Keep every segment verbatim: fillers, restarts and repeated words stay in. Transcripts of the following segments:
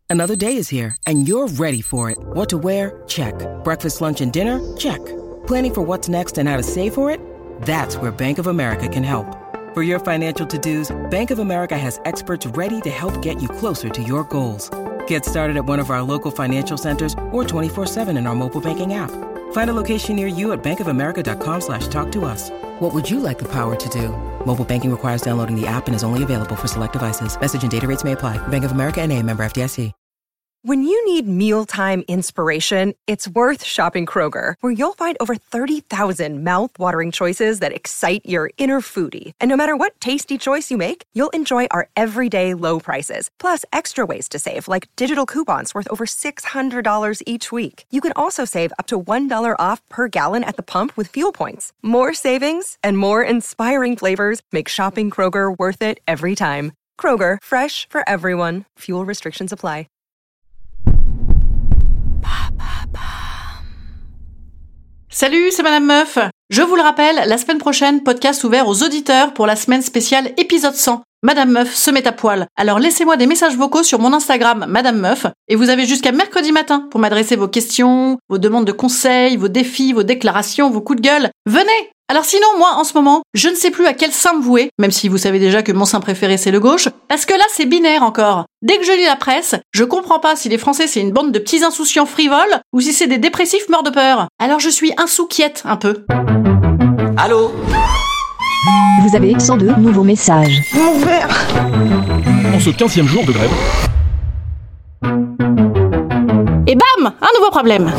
Another day is here, and you're ready for it. What to wear? Check. Breakfast, lunch, and dinner? Check. Planning for what's next and how to save for it? That's where Bank of America can help. For your financial to-dos, Bank of America has experts ready to help get you closer to your goals. Get started at one of our local financial centers or twenty-four seven in our mobile banking app. Find a location near you at bankofamerica.com slash talk to us. What would you like the power to do? Mobile banking requires downloading the app and is only available for select devices. Message and data rates may apply. Bank of America N A, member F D I C. When you need mealtime inspiration, it's worth shopping Kroger, where you'll find over thirty thousand mouth-watering choices that excite your inner foodie. And no matter what tasty choice you make, you'll enjoy our everyday low prices, plus extra ways to save, like digital coupons worth over six hundred dollars each week. You can also save up to one dollar off per gallon at the pump with fuel points. More savings and more inspiring flavors make shopping Kroger worth it every time. Kroger, fresh for everyone. Fuel restrictions apply. Salut, c'est Madame Meuf. Je vous le rappelle, la semaine prochaine, podcast ouvert aux auditeurs pour la semaine spéciale épisode cent. Madame Meuf se met à poil. Alors laissez-moi des messages vocaux sur mon Instagram, Madame Meuf, et vous avez jusqu'à mercredi matin pour m'adresser vos questions, vos demandes de conseils, vos défis, vos déclarations, vos coups de gueule. Venez! Alors sinon, moi, en ce moment, je ne sais plus à quel sein me vouer, même si vous savez déjà que mon sein préféré, c'est le gauche, parce que là, c'est binaire encore. Dès que je lis la presse, je comprends pas si les Français, c'est une bande de petits insouciants frivoles, ou si c'est des dépressifs morts de peur. Alors je suis insouquiette, un peu. Allô ? Vous avez cent deux nouveaux messages. Mon verre! En ce quinzième jour de grève. Et bam! Un nouveau problème.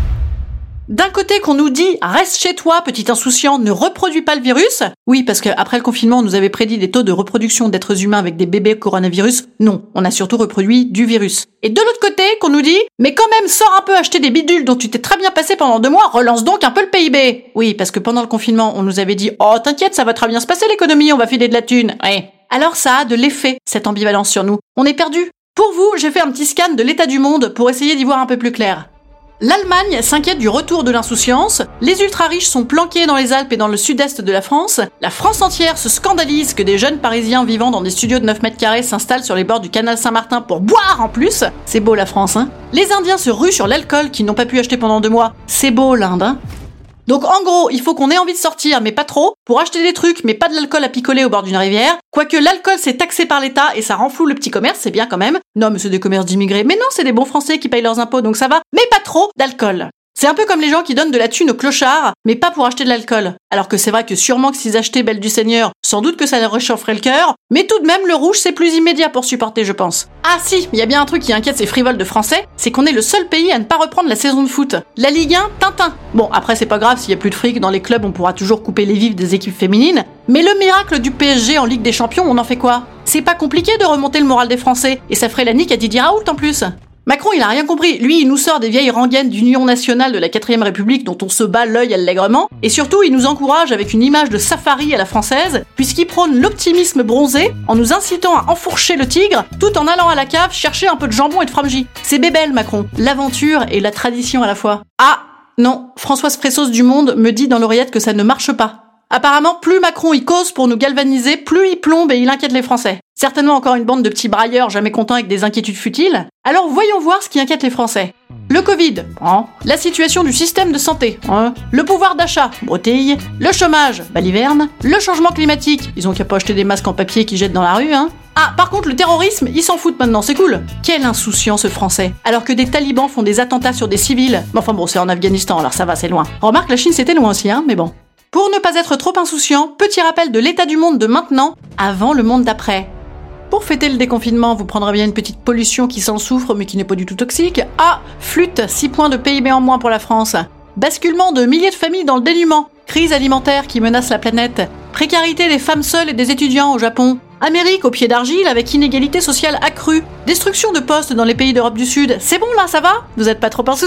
D'un côté qu'on nous dit « Reste chez toi, petit insouciant, ne reproduis pas le virus ». Oui, parce qu'après le confinement, on nous avait prédit des taux de reproduction d'êtres humains avec des bébés coronavirus. Non, on a surtout reproduit du virus. Et de l'autre côté, qu'on nous dit « Mais quand même, sors un peu acheter des bidules dont tu t'es très bien passé pendant deux mois, relance donc un peu le P I B ». Oui, parce que pendant le confinement, on nous avait dit « Oh, t'inquiète, ça va très bien se passer l'économie, on va filer de la thune ». Ouais. Alors ça a de l'effet, cette ambivalence sur nous. On est perdu. Pour vous, j'ai fait un petit scan de l'état du monde pour essayer d'y voir un peu plus clair. L'Allemagne s'inquiète du retour de l'insouciance, les ultra-riches sont planqués dans les Alpes et dans le sud-est de la France, la France entière se scandalise que des jeunes Parisiens vivant dans des studios de neuf mètres carrés s'installent sur les bords du canal Saint-Martin pour boire en plus. C'est beau la France, hein. Les Indiens se ruent sur l'alcool qu'ils n'ont pas pu acheter pendant deux mois. C'est beau l'Inde, hein. Donc en gros, il faut qu'on ait envie de sortir, mais pas trop, pour acheter des trucs, mais pas de l'alcool à picoler au bord d'une rivière. Quoique l'alcool c'est taxé par l'État et ça rend flou le petit commerce, c'est bien quand même. Non mais c'est des commerces d'immigrés, mais non c'est des bons Français qui payent leurs impôts, donc ça va. Mais pas trop d'alcool. C'est un peu comme les gens qui donnent de la thune aux clochards, mais pas pour acheter de l'alcool. Alors que c'est vrai que sûrement que s'ils achetaient Belle du Seigneur, sans doute que ça leur réchaufferait le cœur, mais tout de même le rouge c'est plus immédiat pour supporter je pense. Ah si, il y a bien un truc qui inquiète ces frivoles de Français, c'est qu'on est le seul pays à ne pas reprendre la saison de foot. La Ligue un, Tintin. Bon après c'est pas grave, s'il y a plus de fric dans les clubs on pourra toujours couper les vifs des équipes féminines, mais le miracle du P S G en Ligue des Champions on en fait quoi ? C'est pas compliqué de remonter le moral des Français, et ça ferait la nique à Didier Raoult en plus. Macron, il a rien compris. Lui, il nous sort des vieilles rengaines d'Union nationale de la quatrième République dont on se bat l'œil allègrement. Et surtout, il nous encourage avec une image de safari à la française, puisqu'il prône l'optimisme bronzé en nous incitant à enfourcher le tigre, tout en allant à la cave chercher un peu de jambon et de fromage. C'est bébelle, Macron. L'aventure et la tradition à la fois. Ah non, Françoise Pressos du Monde me dit dans l'oreillette que ça ne marche pas. Apparemment, plus Macron y cause pour nous galvaniser, plus il plombe et il inquiète les Français. Certainement encore une bande de petits brailleurs jamais contents avec des inquiétudes futiles. Alors voyons voir ce qui inquiète les Français. Le Covid, hein. La situation du système de santé, hein. Le pouvoir d'achat, bretille. Le chômage, baliverne. Le changement climatique, ils ont qu'à pas acheter des masques en papier qu'ils jettent dans la rue, hein. Ah, par contre, le terrorisme, ils s'en foutent maintenant, c'est cool. Quel insouciant ce Français. Alors que des talibans font des attentats sur des civils. Mais enfin bon, c'est en Afghanistan, alors ça va, c'est loin. Remarque, la Chine c'était loin aussi, hein, mais bon. Pour ne pas être trop insouciant, petit rappel de l'état du monde de maintenant, avant le monde d'après. Pour fêter le déconfinement, vous prendrez bien une petite pollution qui s'en souffre mais qui n'est pas du tout toxique. Ah, flûte, six points de P I B en moins pour la France. Basculement de milliers de familles dans le dénuement. Crise alimentaire qui menace la planète. Précarité des femmes seules et des étudiants au Japon. Amérique au pied d'argile avec inégalité sociale accrue. Destruction de postes dans les pays d'Europe du Sud. C'est bon là, ça va ? Vous êtes pas trop insouciant ?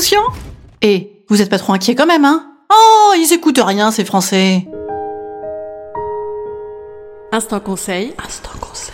Et vous êtes pas trop inquiet quand même, hein ? Oh, ils écoutent rien, ces Français. Instant conseil. Instant conseil.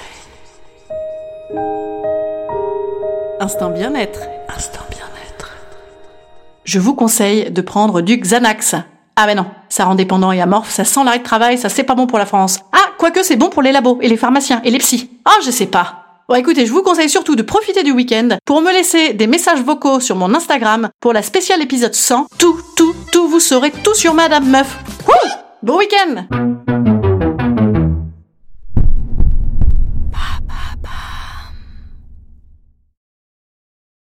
Instant bien-être. Instant bien-être. Je vous conseille de prendre du Xanax. Ah ben non, ça rend dépendant et amorphe, ça sent l'arrêt de travail, ça c'est pas bon pour la France. Ah, quoique c'est bon pour les labos et les pharmaciens et les psys. Ah, je sais pas. Bon, écoutez, je vous conseille surtout de profiter du week-end pour me laisser des messages vocaux sur mon Instagram pour la spéciale épisode cent. Tout, tout, tout, vous saurez tout sur Madame Meuf. Wouh! Bon week-end!